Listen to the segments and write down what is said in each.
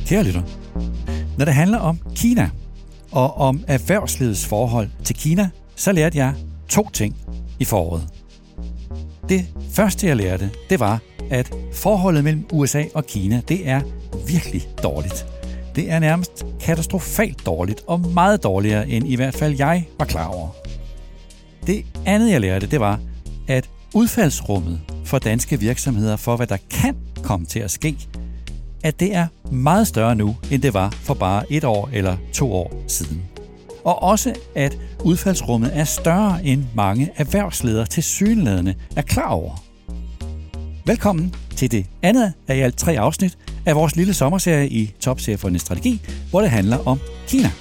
Kære lytter, når det handler om Kina og om erhvervslivets forhold til Kina, så lærte jeg 2 ting i foråret. Det første, jeg lærte, det var, at forholdet mellem USA og Kina, det er virkelig dårligt. Det er nærmest katastrofalt dårligt, og meget dårligere, end i hvert fald jeg var klar over. Det andet, jeg lærte, det var, at udfaldsrummet for danske virksomheder for, hvad der kan komme til at ske, at det er meget større nu, end det var for bare 1 år eller 2 år siden. Og også, at udfaldsrummet er større, end mange erhvervsledere tilsyneladende er klar over. Velkommen til det andet af i alt 3 afsnit af vores lille sommerserie i Topchefernes Strategi, hvor det handler om Kina.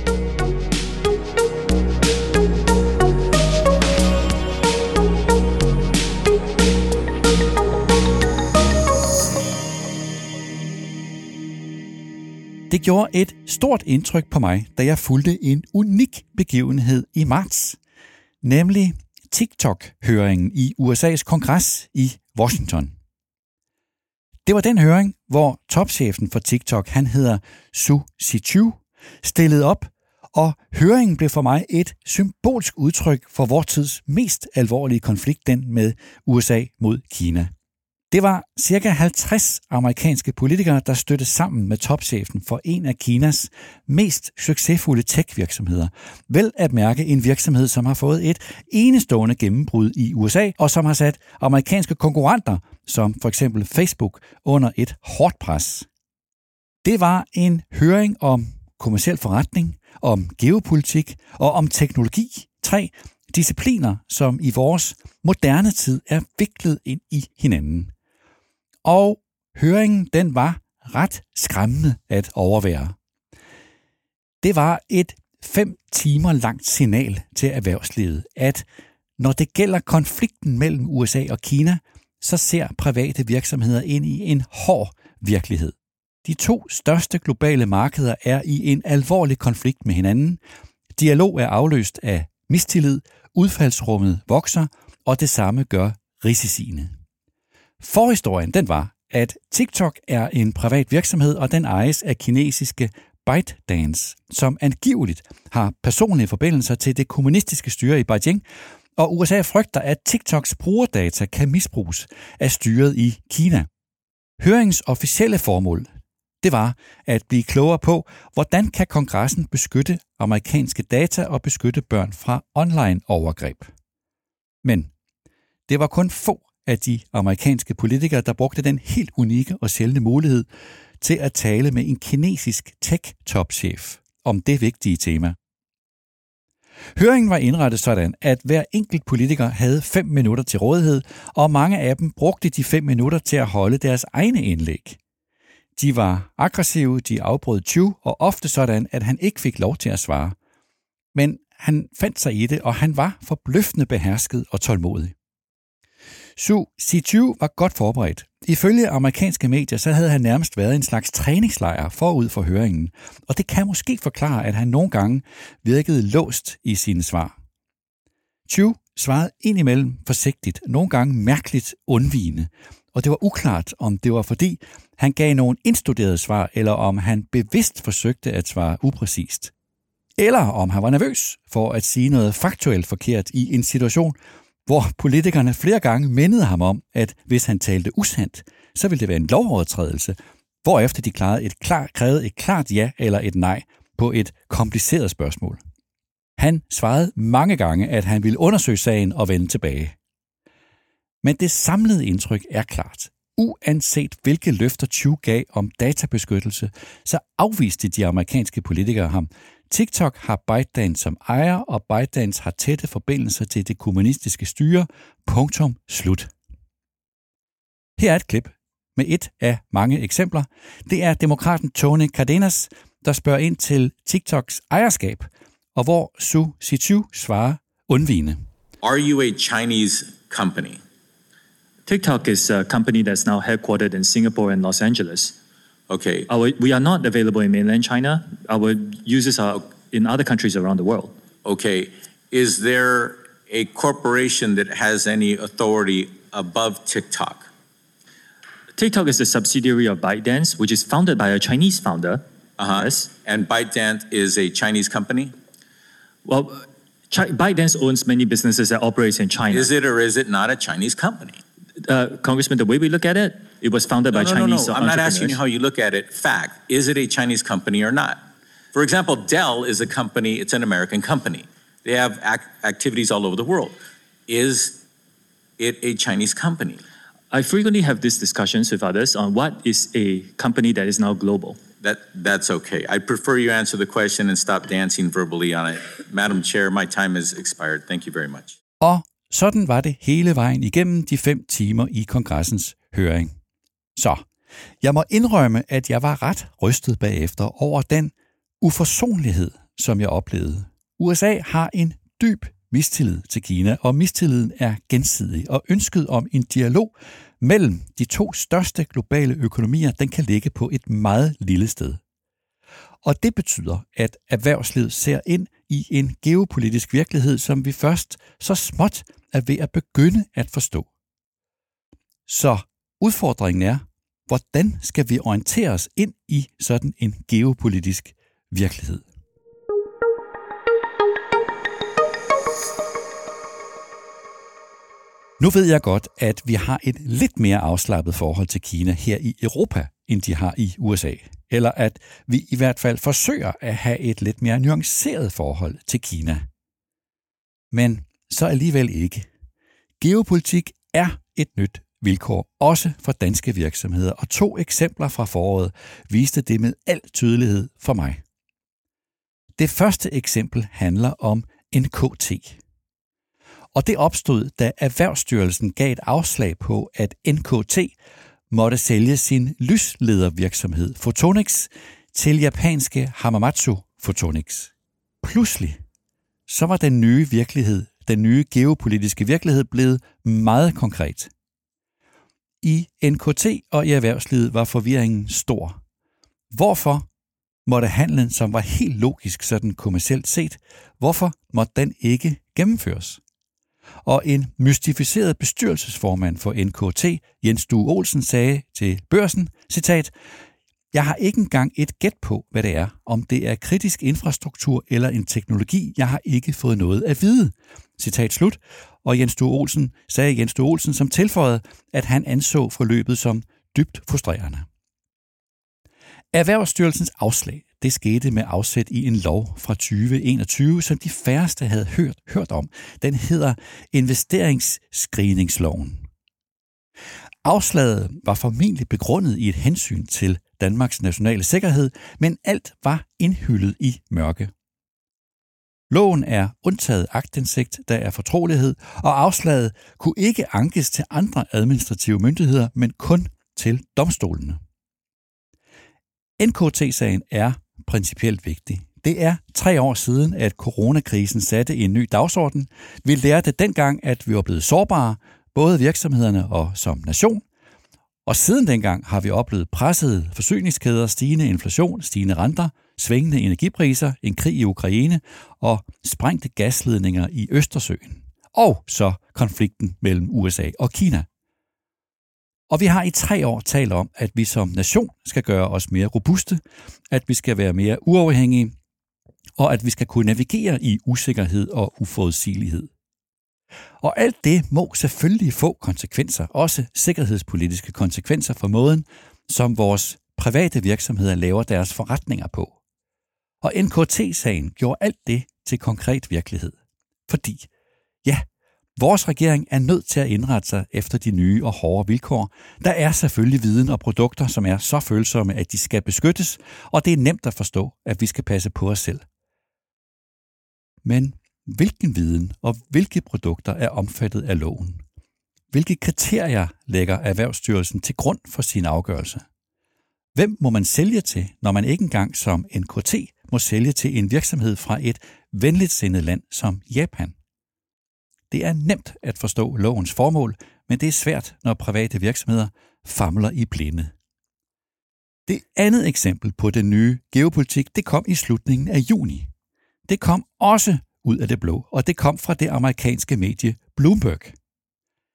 Det gjorde et stort indtryk på mig, da jeg fulgte en unik begivenhed i marts, nemlig TikTok-høringen i USA's kongres i Washington. Det var den høring, hvor topchefen for TikTok, han hedder Su Zhiqiu, stillede op, og høringen blev for mig et symbolsk udtryk for vor tids mest alvorlige konflikt, den med USA mod Kina. Det var ca. 50 amerikanske politikere, der støttede sammen med topchefen for en af Kinas mest succesfulde tech-virksomheder. Vel at mærke en virksomhed, som har fået et enestående gennembrud i USA, og som har sat amerikanske konkurrenter, som for eksempel Facebook, under et hårdt pres. Det var en høring om kommerciel forretning, om geopolitik og om teknologi. 3 discipliner, som i vores moderne tid er viklet ind i hinanden. Og høringen, den var ret skræmmende at overvære. Det var et 5 timer langt signal til erhvervslivet, at når det gælder konflikten mellem USA og Kina, så ser private virksomheder ind i en hård virkelighed. De 2 største globale markeder er i en alvorlig konflikt med hinanden. Dialog er afløst af mistillid, udfaldsrummet vokser, og det samme gør risiciene. Forhistorien, den var, at TikTok er en privat virksomhed, og den ejes af kinesiske ByteDance, som angiveligt har personlige forbindelser til det kommunistiske styre i Beijing, og USA frygter, at TikToks brugerdata kan misbruges af styret i Kina. Høringens officielle formål, det var at blive klogere på, hvordan kan kongressen beskytte amerikanske data og beskytte børn fra online-overgreb. Men det var kun få af de amerikanske politikere, der brugte den helt unikke og sjældne mulighed til at tale med en kinesisk tech-topchef om det vigtige tema. Høringen var indrettet sådan, at hver enkelt politiker havde 5 minutter til rådighed, og mange af dem brugte de 5 minutter til at holde deres egne indlæg. De var aggressive, de afbrød Zhiqiu, og ofte sådan, at han ikke fik lov til at svare. Men han fandt sig i det, og han var forbløffende behersket og tålmodig. Su Zhiqiu var godt forberedt. Ifølge amerikanske medier, så havde han nærmest været en slags træningslejr forud for høringen, og det kan måske forklare, at han nogle gange virkede låst i sine svar. Zhiqiu svarede indimellem forsigtigt, nogle gange mærkeligt undvigende, og det var uklart, om det var fordi han gav nogle indstuderede svar, eller om han bevidst forsøgte at svare upræcist. Eller om han var nervøs for at sige noget faktuelt forkert i en situation, hvor politikerne flere gange mindede ham om, at hvis han talte usandt, så ville det være en lovovertrædelse, hvorefter de krævede et klart ja eller et nej på et kompliceret spørgsmål. Han svarede mange gange, at han ville undersøge sagen og vende tilbage. Men det samlede indtryk er klart. Uanset hvilke løfter Zhiqiu gav om databeskyttelse, så afviste de amerikanske politikere ham. TikTok har ByteDance som ejer, og ByteDance har tætte forbindelser til det kommunistiske styre. Punktum slut. Her er et klip med et af mange eksempler. Det er demokraten Tony Cardenas, der spørger ind til TikToks ejerskab, og hvor Su Zhiqiu svarer undvigende. Are you a Chinese company? TikTok is a company that's now headquartered in Singapore and Los Angeles. Okay. We are not available in mainland China. Our users are in other countries around the world. Okay. Is there a corporation that has any authority above TikTok? TikTok is a subsidiary of ByteDance, which is founded by a Chinese founder. Yes. And ByteDance is a Chinese company? Well, ByteDance owns many businesses that operate in China. Is it or is it not a Chinese company? Congressman, the way we look at it, it was founded by Chinese No. I'm not asking you entrepreneurs. how you look at it. Fact. Is it a Chinese company or not? For example, Dell is a company, it's an American company. They have activities all over the world. Is it a Chinese company? I frequently have these discussions with others on what is a company that is now global. That's okay. I prefer you answer the question and stop dancing verbally on it. Madam Chair, my time is expired. Thank you very much. Og sådan var det hele vejen igennem de 5 timer i kongressens høring. Så jeg må indrømme, at jeg var ret rystet bagefter over den uforsonlighed, som jeg oplevede. USA har en dyb mistillid til Kina, og mistilliden er gensidig, og ønsket om en dialog mellem de 2 største globale økonomier, den kan ligge på et meget lille sted. Og det betyder, at erhvervslivet ser ind i en geopolitisk virkelighed, som vi først så småt er ved at begynde at forstå. Så udfordringen er, hvordan skal vi orientere os ind i sådan en geopolitisk virkelighed? Nu ved jeg godt, at vi har et lidt mere afslappet forhold til Kina her i Europa, end de har i USA. Eller at vi i hvert fald forsøger at have et lidt mere nuanceret forhold til Kina. Men så alligevel ikke. Geopolitik er et nyt vilkår, også for danske virksomheder, og 2 eksempler fra foråret viste det med al tydelighed for mig. Det første eksempel handler om NKT. Og det opstod, da Erhvervsstyrelsen gav et afslag på, at NKT måtte sælge sin lysledervirksomhed Photonics til japanske Hamamatsu Photonics. Pludselig, så var den nye virkelighed, den nye geopolitiske virkelighed blevet meget konkret. I NKT og i erhvervslivet var forvirringen stor. Hvorfor måtte handlen, som var helt logisk sådan kommercielt set, hvorfor måtte den ikke gennemføres? Og en mystificeret bestyrelsesformand for NKT, Jens Due Olsen, sagde til Børsen, citat, jeg har ikke engang et gæt på, hvad det er, om det er kritisk infrastruktur eller en teknologi, jeg har ikke fået noget at vide. Citat slut. Og Jens Due Olsen, som tilføjede, at han anså forløbet som dybt frustrerende. Erhvervsstyrelsens afslag, det skete med afsæt i en lov fra 2021, som de færreste havde hørt om. Den hedder investeringsscreeningsloven. Afslaget var formentlig begrundet i et hensyn til Danmarks nationale sikkerhed, men alt var indhyllet i mørke. Loven er undtaget aktindsigt, der er fortrolighed, og afslaget kunne ikke ankes til andre administrative myndigheder, men kun til domstolene. NKT-sagen er principielt vigtig. Det er 3 år siden, at coronakrisen satte en ny dagsorden. Vi lærte dengang, at vi var blevet sårbare, både virksomhederne og som nation. Og siden dengang har vi oplevet pressede forsyningskæder, stigende inflation, stigende renter, svingende energipriser, en krig i Ukraine og sprængte gasledninger i Østersøen. Og så konflikten mellem USA og Kina. Og vi har i 3 år talt om, at vi som nation skal gøre os mere robuste, at vi skal være mere uafhængige, og at vi skal kunne navigere i usikkerhed og uforudsigelighed. Og alt det må selvfølgelig få konsekvenser, også sikkerhedspolitiske konsekvenser for måden, som vores private virksomheder laver deres forretninger på. Og NKT-sagen gjorde alt det til konkret virkelighed. Fordi, ja, vores regering er nødt til at indrette sig efter de nye og hårde vilkår. Der er selvfølgelig viden og produkter, som er så følsomme, at de skal beskyttes, og det er nemt at forstå, at vi skal passe på os selv. Men hvilken viden og hvilke produkter er omfattet af loven? Hvilke kriterier lægger Erhvervsstyrelsen til grund for sin afgørelse? Hvem må man sælge til, når man ikke engang som NKT må sælge til en virksomhed fra et venligtsindet land som Japan? Det er nemt at forstå lovens formål, men det er svært, når private virksomheder famler i blinde. Det andet eksempel på den nye geopolitik, det kom i slutningen af juni. Det kom også ud af det blå, og det kom fra det amerikanske medie Bloomberg. I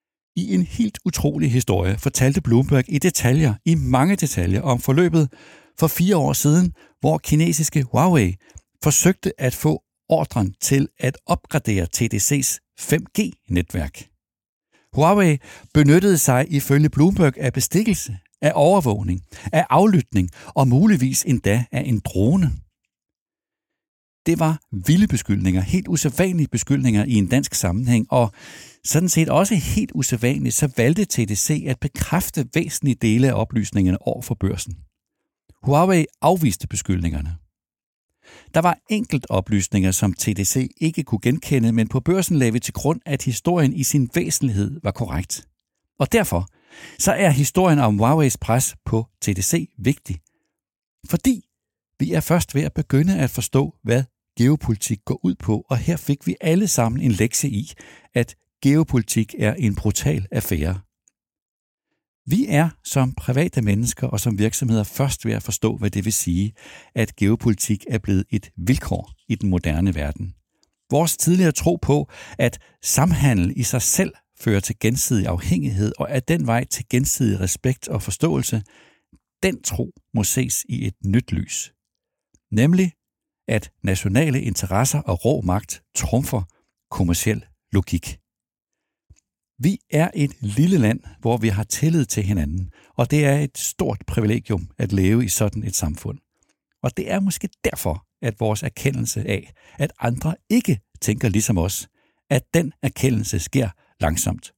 I en helt utrolig historie fortalte Bloomberg i mange detaljer om forløbet for 4 år siden, hvor kinesiske Huawei forsøgte at få ordren til at opgradere TDC's 5G-netværk. Huawei benyttede sig ifølge Bloomberg af bestikkelse, af overvågning, af aflytning og muligvis endda af en drone. Det var vilde beskyldninger, helt usædvanlige beskyldninger i en dansk sammenhæng, og sådan set også helt usædvanligt, så valgte TDC at bekræfte væsentlige dele af oplysningerne over for børsen. Huawei afviste beskyldningerne. Der var enkelt oplysninger, som TDC ikke kunne genkende, men på børsen lagde vi til grund, at historien i sin væsentlighed var korrekt. Og derfor så er historien om Huaweis pres på TDC vigtig. Fordi vi er først ved at begynde at forstå, hvad geopolitik går ud på, og her fik vi alle sammen en lektie i, at geopolitik er en brutal affære. Vi er som private mennesker og som virksomheder først ved at forstå, hvad det vil sige, at geopolitik er blevet et vilkår i den moderne verden. Vores tidligere tro på, at samhandel i sig selv fører til gensidig afhængighed og er den vej til gensidig respekt og forståelse, den tro må ses i et nyt lys. Nemlig, at nationale interesser og rå magt trumfer kommerciel logik. Vi er et lille land, hvor vi har tillid til hinanden, og det er et stort privilegium at leve i sådan et samfund. Og det er måske derfor, at vores erkendelse af, at andre ikke tænker ligesom os, at den erkendelse sker langsomt.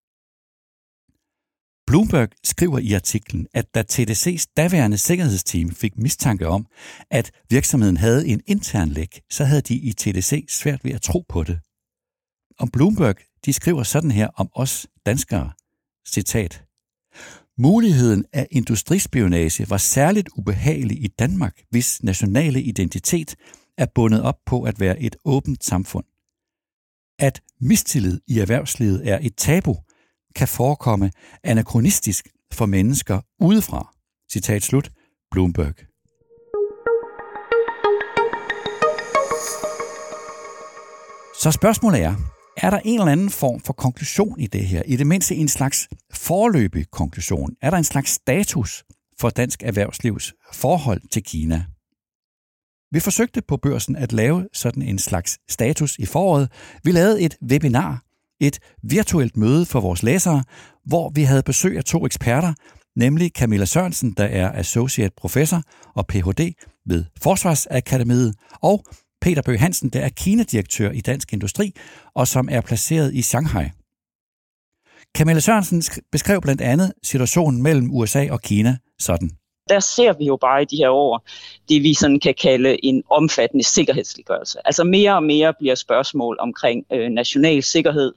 Bloomberg skriver i artiklen, at da TDC's daværende sikkerhedsteam fik mistanke om, at virksomheden havde en intern læk, så havde de i TDC svært ved at tro på det. Om Bloomberg, de skriver sådan her om os danskere, citat: muligheden af industrispionage var særligt ubehagelig i Danmark, hvis nationale identitet er bundet op på at være et åbent samfund. At mistillid i erhvervslivet er et tabu, kan forekomme anakronistisk for mennesker udefra. Citat slut, Bloomberg. Så spørgsmålet er der en eller anden form for konklusion i det her? I det mindste en slags foreløbig konklusion? Er der en slags status for dansk erhvervslivs forhold til Kina? Vi forsøgte på børsen at lave sådan en slags status i foråret. Vi lavede et webinar, et virtuelt møde for vores læsere, hvor vi havde besøg af 2 eksperter, nemlig Camilla Sørensen, der er associate professor og Ph.D. ved Forsvarsakademiet, og Peter Bøgh Hansen, der er Kina-direktør i Dansk Industri, og som er placeret i Shanghai. Camilla Sørensen beskrev blandt andet situationen mellem USA og Kina sådan. Der ser vi jo bare i de her år, det vi sådan kan kalde en omfattende sikkerhedsliggørelse. Altså mere og mere bliver spørgsmål omkring national sikkerhed,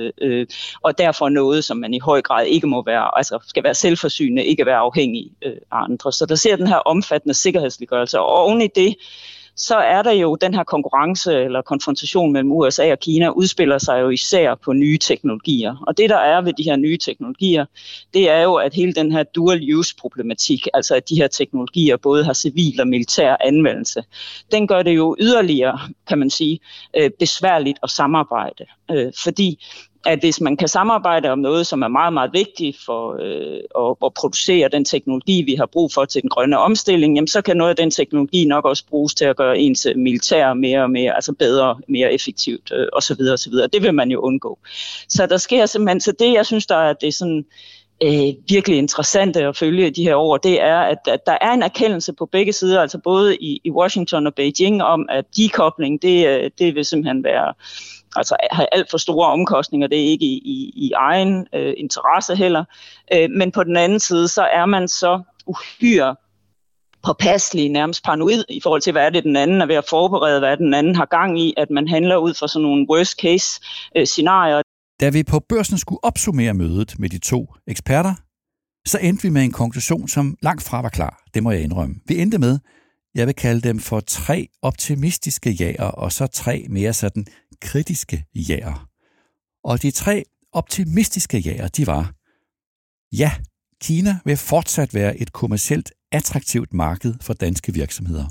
og derfor noget, som man i høj grad ikke må være, altså skal være selvforsynende, ikke være afhængig af andre. Så der ser den her omfattende sikkerhedsliggørelse, og oven i det, så er der jo den her konkurrence eller konfrontation mellem USA og Kina udspiller sig jo især på nye teknologier. Og det der er ved de her nye teknologier, det er jo, at hele den her dual use problematik, altså at de her teknologier både har civil og militær anvendelse, den gør det jo yderligere, kan man sige, besværligt at samarbejde. Fordi at hvis man kan samarbejde om noget, som er meget, meget vigtigt for at producere den teknologi, vi har brug for til den grønne omstilling, jamen, så kan noget af den teknologi nok også bruges til at gøre ens militær mere og mere, altså bedre, mere effektivt osv. osv. Det vil man jo undgå. Så der sker simpelthen, så det jeg synes, der er det sådan virkelig interessante at følge de her år, det er, at der er en erkendelse på begge sider, altså både i Washington og Beijing, om at dekobling, det vil simpelthen være, altså have alt for store omkostninger, det er ikke i egen interesse heller. Men på den anden side, så er man så uhyre påpasselig, nærmest paranoid i forhold til, hvad er det den anden er ved at forberede, hvad den anden har gang i, at man handler ud fra sådan nogle worst case scenarier. Da vi på børsen skulle opsummere mødet med de 2 eksperter, så endte vi med en konklusion, som langt fra var klar. Det må jeg indrømme. Vi endte med, jeg vil kalde dem for 3 optimistiske jaer, og så 3 mere sådan kritiske jaer. Og de 3 optimistiske jaer, de var: ja, Kina vil fortsat være et kommercielt attraktivt marked for danske virksomheder.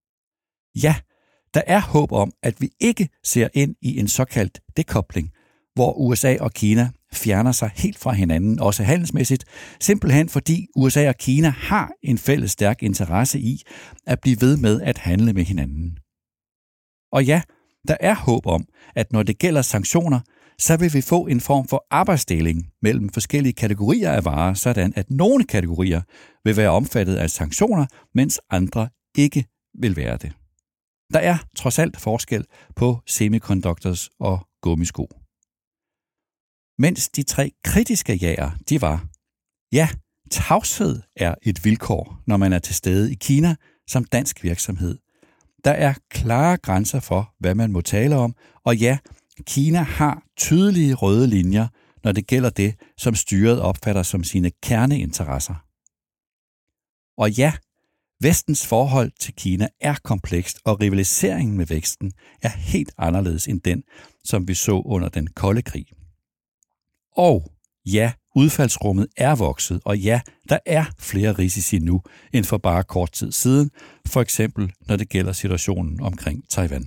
Ja, der er håb om, at vi ikke ser ind i en såkaldt dekobling, hvor USA og Kina fjerner sig helt fra hinanden, også handelsmæssigt, simpelthen fordi USA og Kina har en fælles stærk interesse i at blive ved med at handle med hinanden. Og ja, der er håb om, at når det gælder sanktioner, så vil vi få en form for arbejdsdeling mellem forskellige kategorier af varer, sådan at nogle kategorier vil være omfattet af sanktioner, mens andre ikke vil være det. Der er trods alt forskel på semiconductors og gummisko. Mens de 3 kritiske jaer, de var, ja, tavshed er et vilkår, når man er til stede i Kina som dansk virksomhed. Der er klare grænser for, hvad man må tale om, og ja, Kina har tydelige røde linjer, når det gælder det, som styret opfatter som sine kerneinteresser. Og ja, Vestens forhold til Kina er komplekst, og rivaliseringen med Vesten er helt anderledes end den, som vi så under den kolde krig. Og ja, udfaldsrummet er vokset, og ja, der er flere risici nu end for bare kort tid siden, for eksempel når det gælder situationen omkring Taiwan.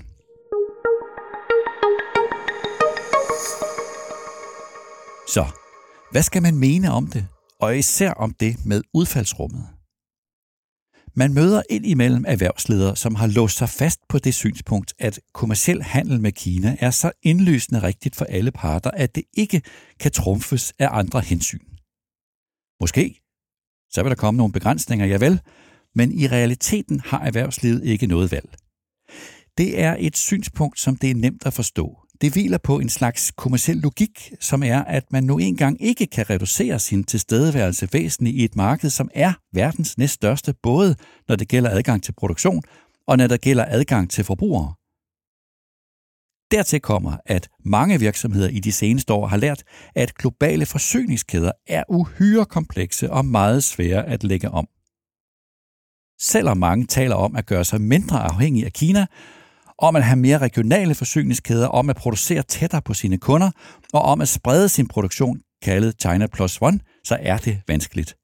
Så, hvad skal man mene om det, og især om det med udfaldsrummet? Man møder indimellem erhvervsledere, som har låst sig fast på det synspunkt, at kommerciel handel med Kina er så indlysende rigtigt for alle parter, at det ikke kan trumfes af andre hensyn. Måske, så vil der komme nogle begrænsninger, javel, men i realiteten har erhvervslivet ikke noget valg. Det er et synspunkt, som det er nemt at forstå. Det hviler på en slags kommerciel logik, som er, at man nu engang ikke kan reducere sin tilstedeværelse væsentligt i et marked, som er verdens næststørste, både når det gælder adgang til produktion og når det gælder adgang til forbrugere. Dertil kommer, at mange virksomheder i de seneste år har lært, at globale forsyningskæder er uhyre komplekse og meget svære at lægge om. Selvom mange taler om at gøre sig mindre afhængig af Kina, om at have mere regionale forsyningskæder, om at producere tættere på sine kunder og om at sprede sin produktion, kaldet China Plus One, så er det vanskeligt.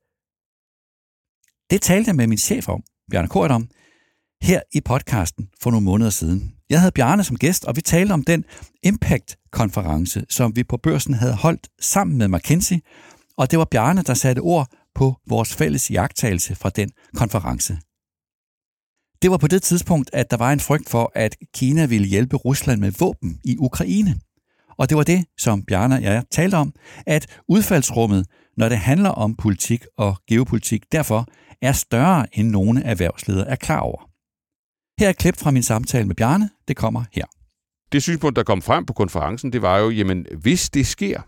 Det talte jeg med min chef om, Bjarne Corydon, om, her i podcasten for nogle måneder siden. Jeg havde Bjarne som gæst, og vi talte om den Impact-konference, som vi på Børsen havde holdt sammen med McKinsey, og det var Bjarne, der satte ord på vores fælles iagttagelse fra den konference. Det var på det tidspunkt, at der var en frygt for, at Kina ville hjælpe Rusland med våben i Ukraine. Og det var det, som Bjarne og jeg talte om, at udfaldsrummet, når det handler om politik og geopolitik, derfor er større end nogle erhvervsledere er klar over. Her er et klip fra min samtale med Bjarne. Det kommer her. Det synspunkt, der kom frem på konferencen, det var jo, jamen hvis det sker,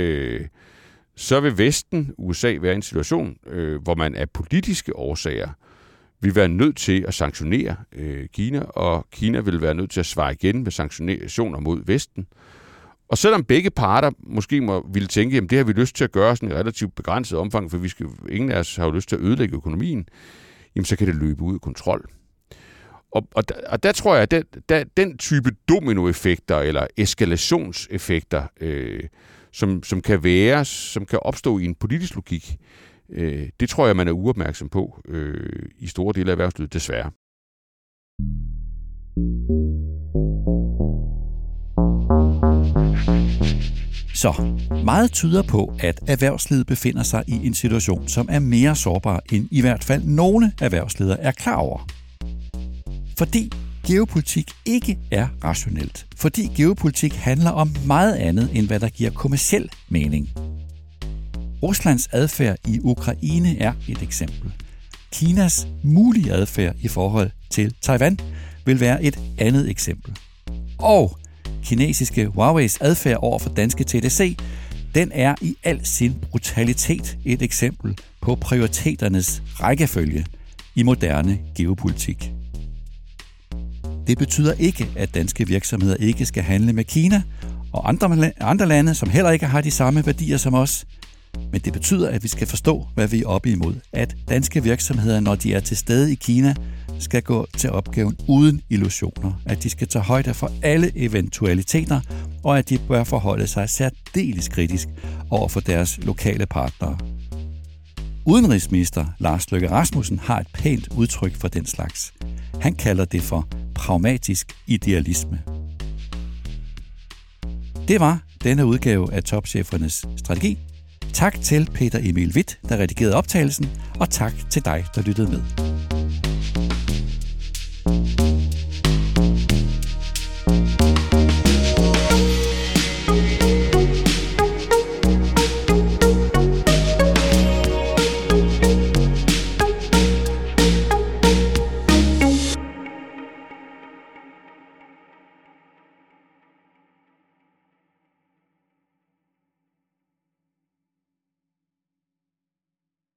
så vil Vesten, USA, være i en situation, hvor man af politiske årsager vil være nødt til at sanktionere Kina, og Kina vil være nødt til at svare igen med sanktioner mod Vesten. Og selvom begge parter måske ville tænke, at det har vi lyst til at gøre sådan i relativt begrænset omfang, for ingen af os har jo lyst til at ødelægge økonomien, jamen så kan det løbe ud af kontrol. Og der tror jeg, at den type dominoeffekter eller eskalationseffekter, som kan opstå i en politisk logik, det tror jeg, man er uopmærksom på i store dele af erhvervslivet, desværre. Så meget tyder på, at erhvervslivet befinder sig i en situation, som er mere sårbar, end i hvert fald nogle erhvervsledere er klar over. Fordi geopolitik ikke er rationelt. Fordi geopolitik handler om meget andet, end hvad der giver kommerciel mening. Ruslands adfærd i Ukraine er et eksempel. Kinas mulige adfærd i forhold til Taiwan vil være et andet eksempel. Og kinesiske Huawei's adfærd over for danske TDC, den er i al sin brutalitet et eksempel på prioriteternes rækkefølge i moderne geopolitik. Det betyder ikke, at danske virksomheder ikke skal handle med Kina og andre lande, som heller ikke har de samme værdier som os. Men det betyder, at vi skal forstå, hvad vi er oppe imod. At danske virksomheder, når de er til stede i Kina, skal gå til opgaven uden illusioner. At de skal tage højde for alle eventualiteter, og at de bør forholde sig særdeles kritisk over for deres lokale partnere. Udenrigsminister Lars Løkke Rasmussen har et pænt udtryk for den slags. Han kalder det for pragmatisk idealisme. Det var denne udgave af Topchefernes Strategi. Tak til Peter Emil Witt, der redigerede optagelsen, og tak til dig, der lyttede med.